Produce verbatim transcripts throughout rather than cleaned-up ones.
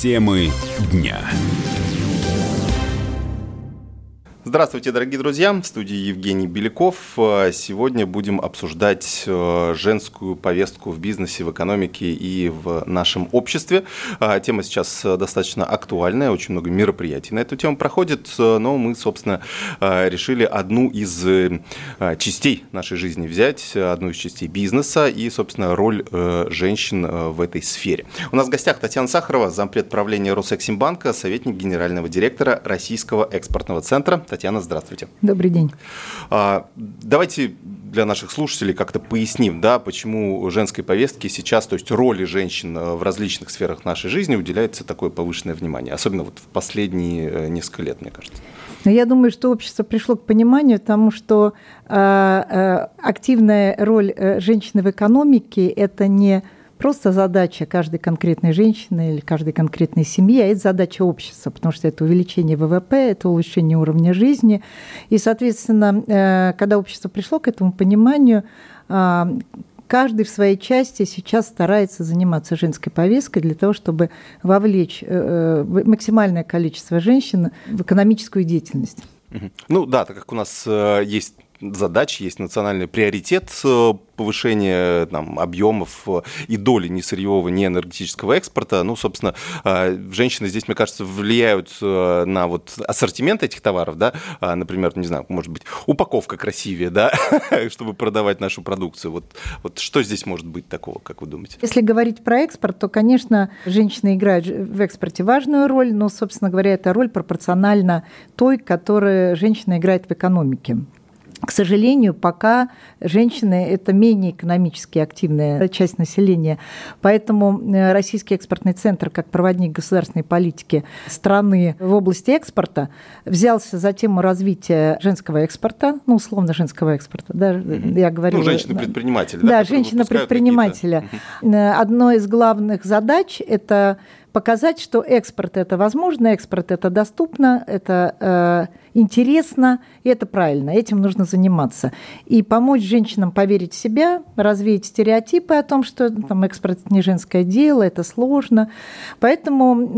Темы дня. Здравствуйте, дорогие друзья! В студии Евгений Беляков. Сегодня будем обсуждать женскую повестку в бизнесе, в экономике и в нашем обществе. Тема сейчас достаточно актуальная, очень много мероприятий на эту тему проходит, но мы, собственно, решили одну из частей нашей жизни взять, одну из частей бизнеса и, собственно, роль женщин в этой сфере. У нас в гостях Татьяна Сахарова, зампред правления Росэксимбанка, советник генерального директора Российского экспортного центра. Татьяна, здравствуйте. Добрый день. Давайте для наших слушателей как-то поясним, да, почему женской повестке сейчас, то есть роли женщин в различных сферах нашей жизни уделяется такое повышенное внимание, особенно вот в последние несколько лет, мне кажется. Я думаю, что общество пришло к пониманию тому, что активная роль женщины в экономике – это не просто задача каждой конкретной женщины или каждой конкретной семьи, а это задача общества, потому что это увеличение вэ вэ пэ, это улучшение уровня жизни. И, соответственно, когда общество пришло к этому пониманию, каждый в своей части сейчас старается заниматься женской повесткой для того, чтобы вовлечь максимальное количество женщин в экономическую деятельность. Ну да, так как у нас есть задачи, есть национальный приоритет повышения там, объемов и доли несырьевого, неэнергетического экспорта. Ну, собственно, женщины здесь, мне кажется, влияют на вот ассортимент этих товаров, да, например, не знаю, может быть, упаковка красивее, да, чтобы продавать нашу продукцию. Вот, вот что здесь может быть такого, как вы думаете? Если говорить про экспорт, то, конечно, женщины играют в экспорте важную роль, но, собственно говоря, эта роль пропорциональна той, которую женщина играет в экономике. К сожалению, пока женщины – это менее экономически активная часть населения. Поэтому Российский экспортный центр, как проводник государственной политики страны в области экспорта, взялся за тему развития женского экспорта, ну, условно, женского экспорта. Да, mm-hmm. я говорю, ну, женщины-предприниматели. Да, да женщина-предпринимателя. Mm-hmm. Одной из главных задач – это показать, что экспорт – это возможно, экспорт – это доступно, это э, интересно, и это правильно, этим нужно заниматься. И помочь женщинам поверить в себя, развеять стереотипы о том, что там, экспорт – это не женское дело, это сложно. Поэтому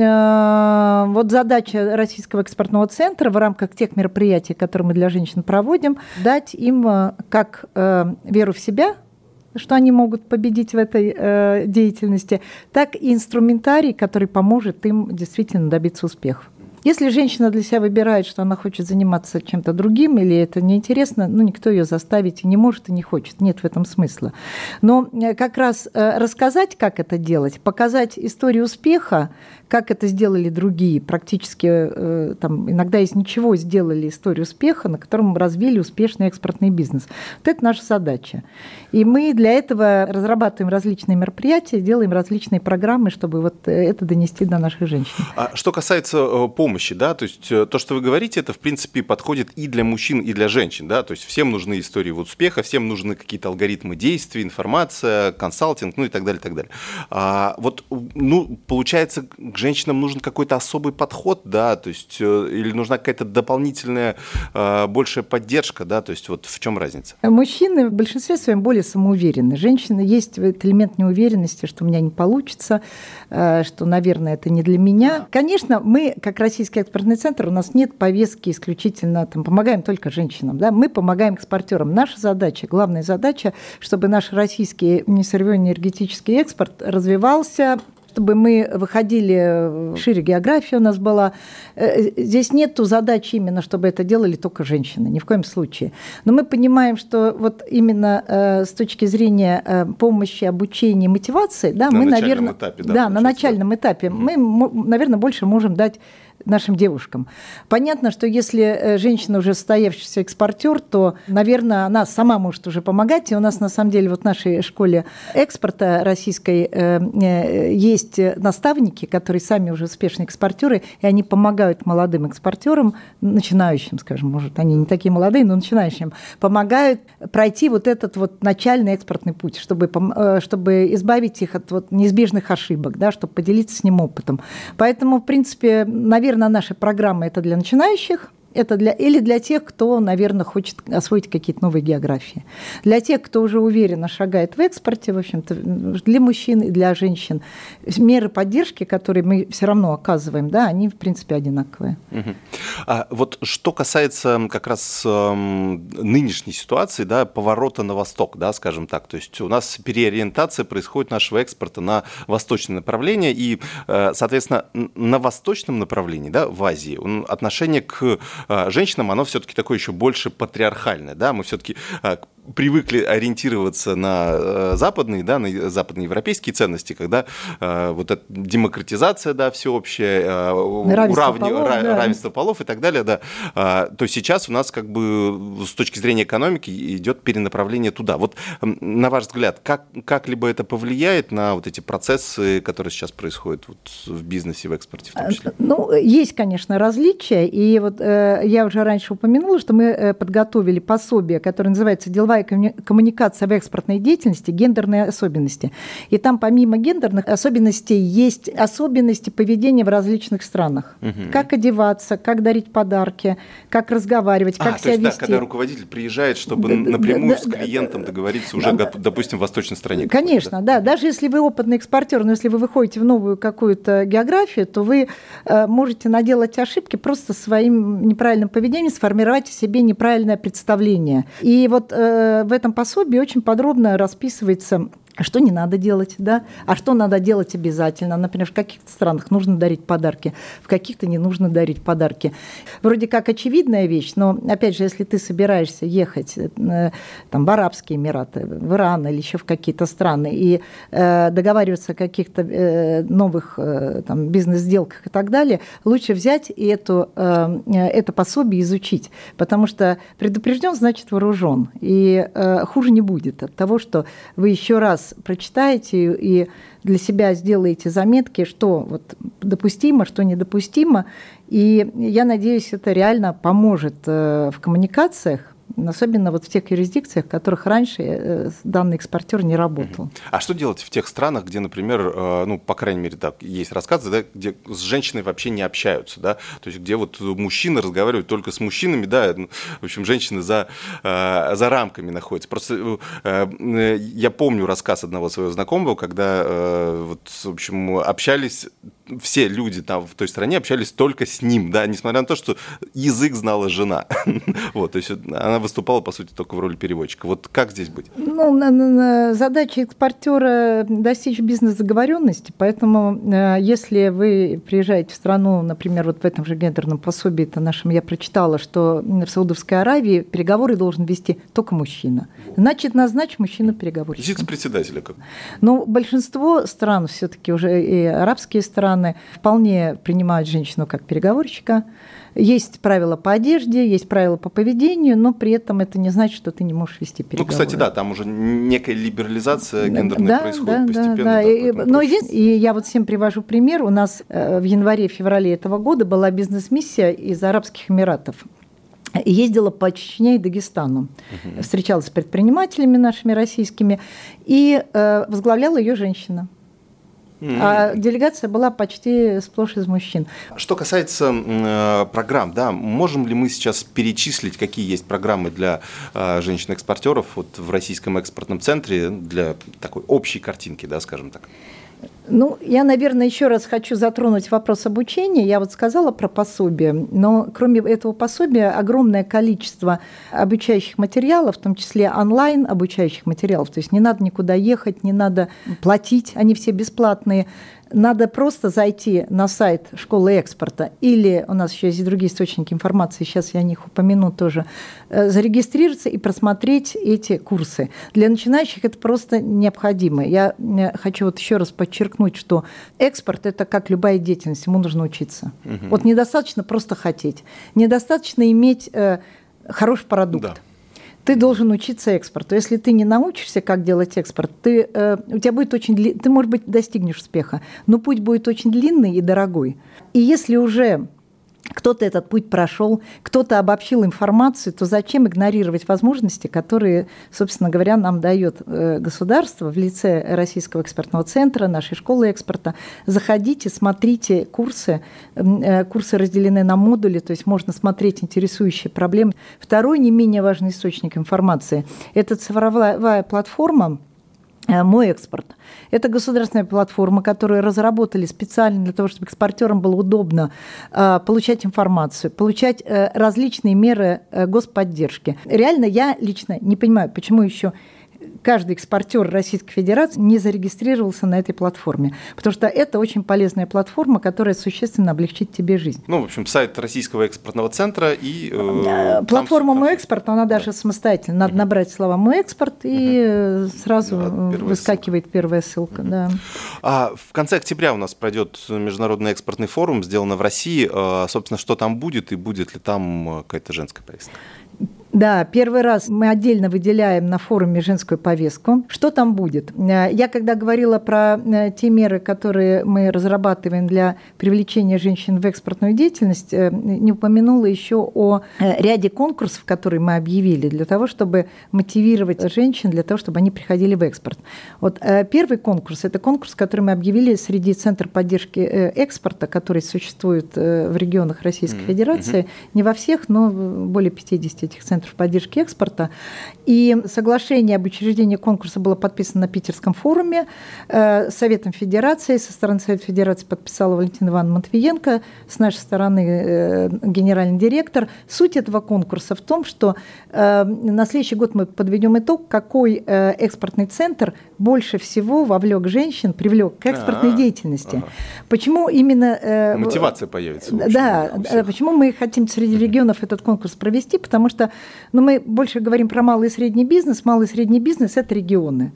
э, вот задача Российского экспортного центра в рамках тех мероприятий, которые мы для женщин проводим, дать им э, как э, веру в себя, что они могут победить в этой э, деятельности, так и инструментарий, который поможет им действительно добиться успехов. Если женщина для себя выбирает, что она хочет заниматься чем-то другим, или это неинтересно, ну, никто ее заставить и не может, и не хочет. Нет в этом смысла. Но как раз рассказать, как это делать, показать историю успеха, как это сделали другие, практически там, иногда из ничего сделали историю успеха, на котором развили успешный экспортный бизнес. Вот это наша задача. И мы для этого разрабатываем различные мероприятия, делаем различные программы, чтобы вот это донести до наших женщин. А что касается помощи, да, то есть то, что вы говорите, это в принципе подходит и для мужчин, и для женщин, да, то есть всем нужны истории успеха, всем нужны какие-то алгоритмы действий, информация, консалтинг, ну и так далее, и так далее. А вот, ну, получается, к женщинам нужен какой-то особый подход, да, то есть или нужна какая-то дополнительная большая поддержка, да, то есть вот в чем разница? Мужчины в большинстве своем более самоуверены. Женщины есть этот элемент неуверенности, что у меня не получится, что, наверное, это не для меня. Конечно, мы, как Российский экспортный центр, у нас нет повестки исключительно, там, помогаем только женщинам, да, мы помогаем экспортерам. Наша задача, главная задача, чтобы наш российский несырьевой энергетический экспорт развивался, чтобы мы выходили шире, география у нас была. Здесь нет задачи именно, чтобы это делали только женщины, ни в коем случае. Но мы понимаем, что вот именно с точки зрения помощи, обучения, мотивации, да, на мы, начальном наверное, этапе, да, да, на начальном этапе, угу. мы, наверное, больше можем дать нашим девушкам. Понятно, что если женщина уже состоявшийся экспортер, то, наверное, она сама может уже помогать. И у нас, на самом деле, вот в нашей школе экспорта российской есть наставники, которые сами уже успешные экспортеры, и они помогают молодым экспортерам, начинающим, скажем, может, они не такие молодые, но начинающим, помогают пройти вот этот вот начальный экспортный путь, чтобы, чтобы избавить их от вот неизбежных ошибок, да, чтобы поделиться с ним опытом. Поэтому, в принципе, наверное, наша программа – это для начинающих Это для, или для тех, кто, наверное, хочет освоить какие-то новые географии. Для тех, кто уже уверенно шагает в экспорте, в общем-то, для мужчин и для женщин, меры поддержки, которые мы все равно оказываем, да, они, в принципе, одинаковые. Угу. А вот что касается как раз э, нынешней ситуации, да, поворота на восток, да, скажем так, то есть у нас переориентация происходит нашего экспорта на восточное направление, и, э, соответственно, на восточном направлении, да, в Азии, отношение к э, женщинам, оно все-таки такое еще больше патриархальное, да, мы все-таки э, привыкли ориентироваться на э, западные, да, на западноевропейские ценности, когда э, вот эта демократизация, да, всеобщая, э, уравни... полов, ра... да. равенство полов и так далее, да, э, то сейчас у нас как бы с точки зрения экономики идет перенаправление туда. Вот э, на ваш взгляд, как, как-либо это повлияет на вот эти процессы, которые сейчас происходят вот в бизнесе, в экспорте в том числе? Ну, есть, конечно, различия, и вот э, я уже раньше упомянула, что мы э, подготовили пособие, которое называется «Деловая коммуникация в экспортной деятельности. Гендерные особенности». И там помимо гендерных особенностей есть особенности поведения в различных странах. Угу. Как одеваться, как дарить подарки, как разговаривать, как а, себя то есть, вести. Да, когда руководитель приезжает, чтобы да, напрямую да, с клиентом да, договориться уже, да, допустим, в восточной стране. Конечно, да. да. Даже если вы опытный экспортер, но если вы выходите в новую какую-то географию, то вы э, можете наделать ошибки просто своим неправильным поведением, сформировать в себе неправильное представление. И вот э, в этом пособии очень подробно расписывается, что не надо делать, да, а что надо делать обязательно. Например, в каких-то странах нужно дарить подарки, в каких-то не нужно дарить подарки. Вроде как очевидная вещь, но, опять же, если ты собираешься ехать там, в Арабские Эмираты, в Иран или еще в какие-то страны и э, договариваться о каких-то э, новых э, там, бизнес-сделках и так далее, лучше взять и эту, э, это пособие изучить, потому что предупрежден, значит вооружен. И э, хуже не будет от того, что вы еще раз прочитаете и для себя сделаете заметки, что вот допустимо, что недопустимо. И я надеюсь, это реально поможет в коммуникациях, особенно вот в тех юрисдикциях, в которых раньше данный экспортер не работал. А что делать в тех странах, где, например, ну, по крайней мере, так, есть рассказы, да, где с женщиной вообще не общаются, да, то есть где вот мужчины разговаривают только с мужчинами, да, ну, в общем, женщины за, за рамками находятся. Просто я помню рассказ одного своего знакомого, когда, вот, в общем, общались все люди там в той стране, общались только с ним, да, несмотря на то, что язык знала жена. Вот, то есть она выступала, по сути, только в роли переводчика. Вот как здесь быть? Ну, на, на, задача экспортера достичь бизнес-договоренности, поэтому э, если вы приезжаете в страну, например, вот в этом же гендерном пособии -то нашем я прочитала, что в Саудовской Аравии переговоры должен вести только мужчина. Значит, назначь мужчину-переговорщика. Вице-председателя как? Ну, большинство стран все-таки уже и арабские страны вполне принимают женщину как переговорщика. Есть правила по одежде, есть правила по поведению, но при этом это не значит, что ты не можешь вести переговоры. Ну, кстати, да, там уже некая либерализация гендерная да, происходит да, постепенно. Да, да. Да, и, но и я вот всем привожу пример. У нас в январе-феврале этого года была бизнес-миссия из Арабских Эмиратов. Ездила по Чечне и Дагестану, угу. встречалась с предпринимателями нашими российскими, и э, возглавляла ее женщина. Mm-hmm. А делегация была почти сплошь из мужчин. Что касается э, программ, да, можем ли мы сейчас перечислить, какие есть программы для э, женщин-экспортеров вот, в Российском экспортном центре для такой общей картинки, да, скажем так? Ну, я, наверное, еще раз хочу затронуть вопрос обучения. Я вот сказала про пособие, но кроме этого пособия огромное количество обучающих материалов, в том числе онлайн обучающих материалов. То есть не надо никуда ехать, не надо платить, они все бесплатные. Надо просто зайти на сайт школы экспорта или у нас еще есть другие источники информации, сейчас я о них упомяну тоже, зарегистрироваться и просмотреть эти курсы. Для начинающих это просто необходимо. Я хочу вот еще раз подчеркнуть, что экспорт – это как любая деятельность, ему нужно учиться. Угу. Вот недостаточно просто хотеть, недостаточно иметь э, хороший продукт. Да. Ты должен учиться экспорту. Если ты не научишься, как делать экспорт, ты, э, у тебя будет очень дли... ты, может быть, достигнешь успеха, но путь будет очень длинный и дорогой. И если уже кто-то этот путь прошел, кто-то обобщил информацию, то зачем игнорировать возможности, которые, собственно говоря, нам дает государство в лице Российского экспертного центра, нашей школы экспорта. Заходите, смотрите курсы. Курсы разделены на модули, то есть можно смотреть интересующие проблемы. Второй не менее важный источник информации – это цифровая платформа «Мой экспорт». Это государственная платформа, которую разработали специально для того, чтобы экспортерам было удобно э, получать информацию, получать э, различные меры э, господдержки. Реально я лично не понимаю, почему еще каждый экспортер Российской Федерации не зарегистрировался на этой платформе, потому что это очень полезная платформа, которая существенно облегчит тебе жизнь. Ну, в общем, сайт Российского экспортного центра и... Э, платформа «Мой экспорт», она даже да. самостоятельно. Надо угу. набрать слова «Мой экспорт» и угу. сразу да, первая выскакивает ссылка. первая ссылка. Угу. Да. А в конце октября у нас пройдет Международный экспортный форум, сделано в России. Собственно, что там будет и будет ли там какая-то женская повестка? Да, первый раз мы отдельно выделяем на форуме женскую повестку. Что там будет? Я когда говорила про те меры, которые мы разрабатываем для привлечения женщин в экспортную деятельность, не упомянула еще о ряде конкурсов, которые мы объявили для того, чтобы мотивировать женщин, для того, чтобы они приходили в экспорт. Вот первый конкурс – это конкурс, который мы объявили среди Центров поддержки экспорта, который существует в регионах Российской mm-hmm. Федерации. Не во всех, но более пятидесяти этих центров поддержки экспорта. И соглашение об учреждении конкурса было подписано на Питерском форуме Советом Федерации. Со стороны Совета Федерации подписала Валентина Ивановна Матвиенко, с нашей стороны генеральный директор. Суть этого конкурса в том, что на следующий год мы подведем итог, какой экспортный центр больше всего вовлек женщин, привлек к экспортной А-а-а. деятельности. Ага. Почему именно... Мотивация появится. В общем, да, почему мы хотим среди регионов этот конкурс провести, потому что ну, мы больше говорим про малый и средний бизнес. Малый и средний бизнес – это регионы.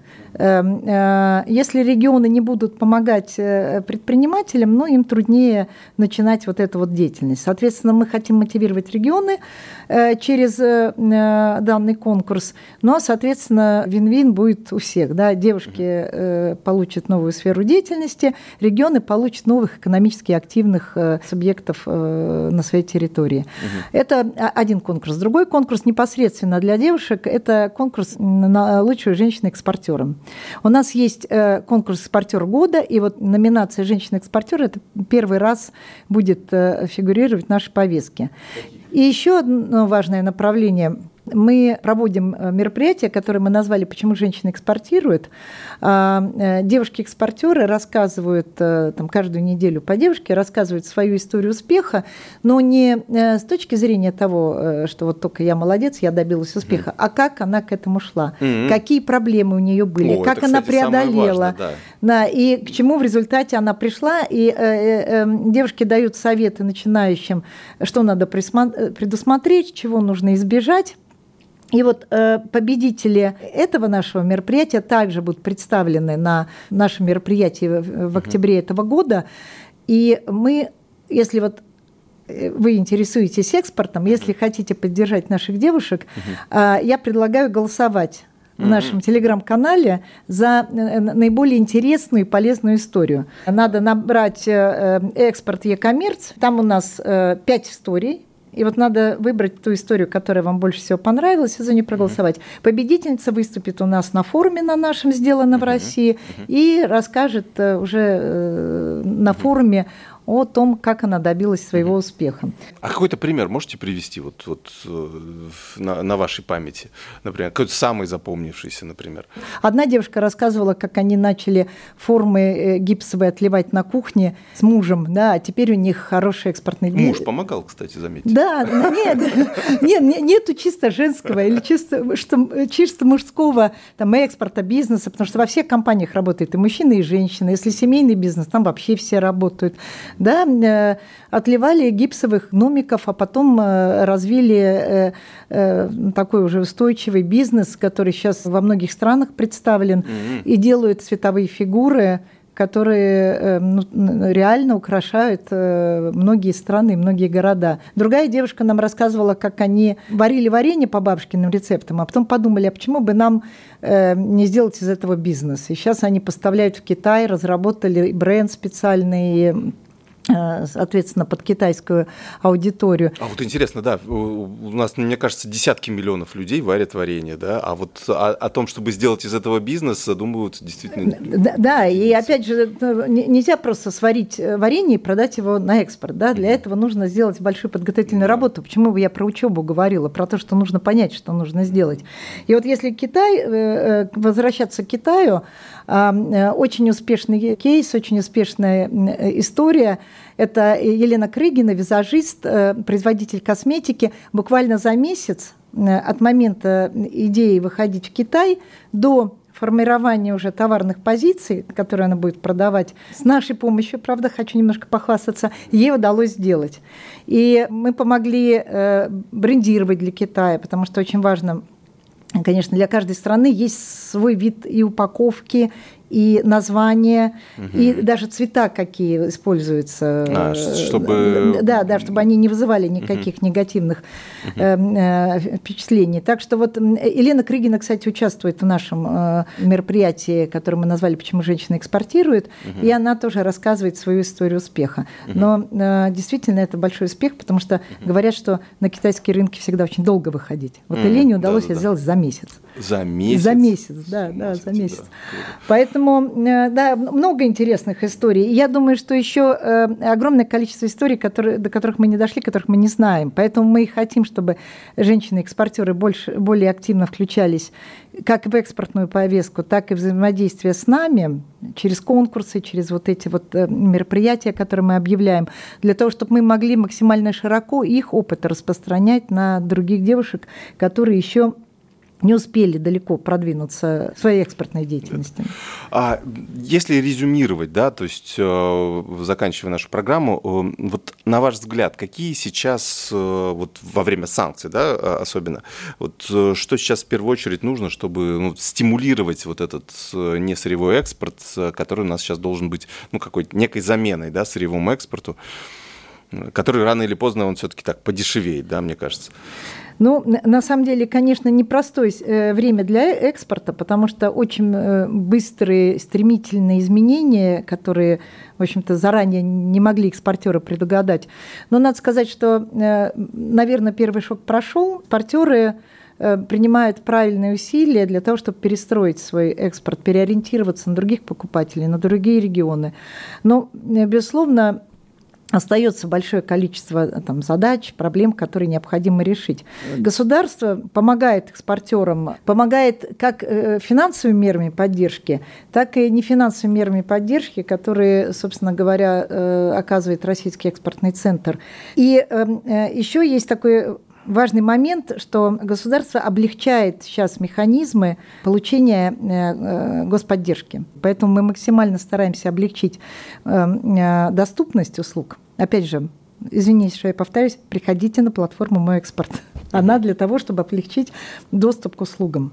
Если регионы не будут помогать предпринимателям, ну, им труднее начинать вот эту вот деятельность. Соответственно, мы хотим мотивировать регионы через данный конкурс. Но, соответственно, вин-вин будет у всех. Да? Девушки получат новую сферу деятельности, регионы получат новых экономически активных субъектов на своей территории. Угу. Это один конкурс. Другой конкурс непосредственно для девушек – это конкурс на лучшую женщину-экспортера. У нас есть конкурс «Экспортер года», и вот номинация «Женщина-экспортер» – это первый раз будет фигурировать в нашей повестке. И еще одно важное направление – мы проводим мероприятие, которое мы назвали «Почему женщины экспортируют». Девушки-экспортеры рассказывают там, каждую неделю по девушке, рассказывают свою историю успеха, но не с точки зрения того, что вот только я молодец, я добилась успеха, mm-hmm. а как она к этому шла, mm-hmm. какие проблемы у нее были, О, как это, она кстати, преодолела, важное, да. Да, и к чему в результате она пришла. И э, э, девушки дают советы начинающим, что надо предусмотреть, чего нужно избежать. И вот э, победители этого нашего мероприятия также будут представлены на нашем мероприятии в, в октябре uh-huh. этого года. И мы, если вот вы интересуетесь экспортом, uh-huh. если хотите поддержать наших девушек, uh-huh. э, я предлагаю голосовать в нашем mm-hmm. телеграм-канале за наиболее интересную и полезную историю. Надо набрать «Экспорт e-commerce». Там у нас пять историй. И вот надо выбрать ту историю, которая вам больше всего понравилась, и за нее проголосовать. Mm-hmm. Победительница выступит у нас на форуме на нашем «Сделано mm-hmm. в России» mm-hmm. и расскажет уже на форуме о том, как она добилась своего mm-hmm. успеха. А какой-то пример можете привести вот, вот, на, на вашей памяти? Например, какой-то самый запомнившийся, например? Одна девушка рассказывала, как они начали формы гипсовые отливать на кухне с мужем, да, а теперь у них хороший экспортный бизнес. Муж помогал, кстати, заметьте. Да, нет, нет, нету чисто женского или чисто, что, чисто мужского там, экспорта, бизнеса, потому что во всех компаниях работают и мужчины, и женщины. Если семейный бизнес, там вообще все работают. Да, отливали гипсовых гномиков, а потом развили такой уже устойчивый бизнес, который сейчас во многих странах представлен, mm-hmm. и делают цветовые фигуры, которые ну, реально украшают многие страны и многие города. Другая девушка нам рассказывала, как они варили варенье по бабушкиным рецептам, а потом подумали, а почему бы нам не сделать из этого бизнес. И сейчас они поставляют в Китай, разработали бренд специальный, соответственно, под китайскую аудиторию. А вот интересно, да, у нас, мне кажется, десятки миллионов людей варят варенье, да, а вот о, о том, чтобы сделать из этого бизнес, думают действительно... Да, да, и опять же, нельзя просто сварить варенье и продать его на экспорт, да, для mm-hmm. этого нужно сделать большую подготовительную mm-hmm. работу. Почему бы я про учебу говорила, про то, что нужно понять, что нужно сделать. И вот если Китай, возвращаться к Китаю, очень успешный кейс, очень успешная история. Это Елена Крыгина, визажист, производитель косметики. Буквально за месяц от момента идеи выходить в Китай до формирования уже товарных позиций, которые она будет продавать, с нашей помощью, правда, хочу немножко похвастаться, ей удалось сделать. И мы помогли брендировать для Китая, потому что очень важно, конечно, для каждой страны есть свой вид и упаковки, и названия, угу. и даже цвета, какие используются. А, чтобы... Да, да, чтобы они не вызывали никаких угу. негативных угу. э, впечатлений. Так что вот Елена Крыгина, кстати, участвует в нашем э, мероприятии, которое мы назвали «Почему женщины экспортируют», угу. и она тоже рассказывает свою историю успеха. Угу. Но э, действительно это большой успех, потому что угу. говорят, что на китайские рынки всегда очень долго выходить. Вот угу. Елене удалось да, да, это да. сделать за месяц. За месяц? За месяц, да, да, за месяц. Да. Поэтому да, много интересных историй. И я думаю, что еще огромное количество историй, которые, до которых мы не дошли, которых мы не знаем. Поэтому мы и хотим, чтобы женщины-экспортеры больше, более активно включались как в экспортную повестку, так и в взаимодействие с нами через конкурсы, через вот эти вот мероприятия, которые мы объявляем, для того, чтобы мы могли максимально широко их опыт распространять на других девушек, которые еще не успели далеко продвинуться в своей экспортной деятельности. А если резюмировать, да, то есть заканчивая нашу программу, вот на ваш взгляд, какие сейчас вот во время санкций, да, особенно, вот что сейчас в первую очередь нужно, чтобы ну, стимулировать вот этот несырьевой экспорт, который у нас сейчас должен быть ну какой-то некой заменой, да, сырьевому экспорту, который рано или поздно он все-таки так подешевеет, да, мне кажется. Ну, на самом деле, конечно, непростое время для экспорта, потому что очень быстрые, стремительные изменения, которые, в общем-то, заранее не могли экспортеры предугадать. Но надо сказать, что, наверное, первый шок прошел. Экспортеры принимают правильные усилия для того, чтобы перестроить свой экспорт, переориентироваться на других покупателей, на другие регионы. Но, безусловно, остается большое количество там, задач, проблем, которые необходимо решить. Государство помогает экспортерам, помогает как финансовыми мерами поддержки, так и нефинансовыми мерами поддержки, которые, собственно говоря, оказывает Российский экспортный центр. И еще есть такой важный момент, что государство облегчает сейчас механизмы получения господдержки. Поэтому мы максимально стараемся облегчить доступность услуг. Опять же, извините, что я повторюсь, приходите на платформу «Мой экспорт». Она для того, чтобы облегчить доступ к услугам.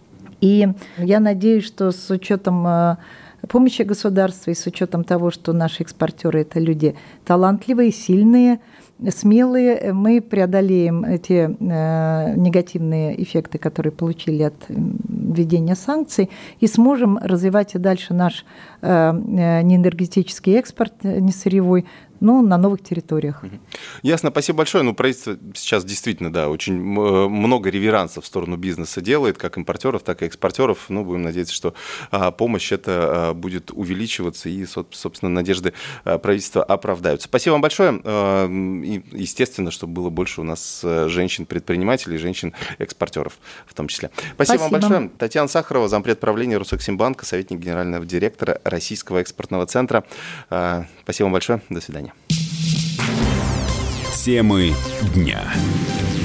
И я надеюсь, что с учетом помощи государства и с учетом того, что наши экспортеры – это люди талантливые, сильные, смелые, мы преодолеем эти э, негативные эффекты, которые получили от введения санкций, и сможем развивать и дальше наш э, неэнергетический экспорт, не сырьевой, но на новых территориях. Ясно, спасибо большое. Ну, правительство сейчас действительно, да, очень много реверансов в сторону бизнеса делает, как импортеров, так и экспортеров. Ну, будем надеяться, что а, помощь это а, будет увеличиваться, и, собственно, надежды а, правительства оправдаются. Спасибо вам большое. А, и, естественно, чтобы было больше у нас женщин-предпринимателей, женщин-экспортеров в том числе. Спасибо, спасибо вам большое. Татьяна Сахарова, зампред правления Росэксимбанка, советник генерального директора Российского экспортного центра. А, спасибо вам большое. До свидания. Темы дня.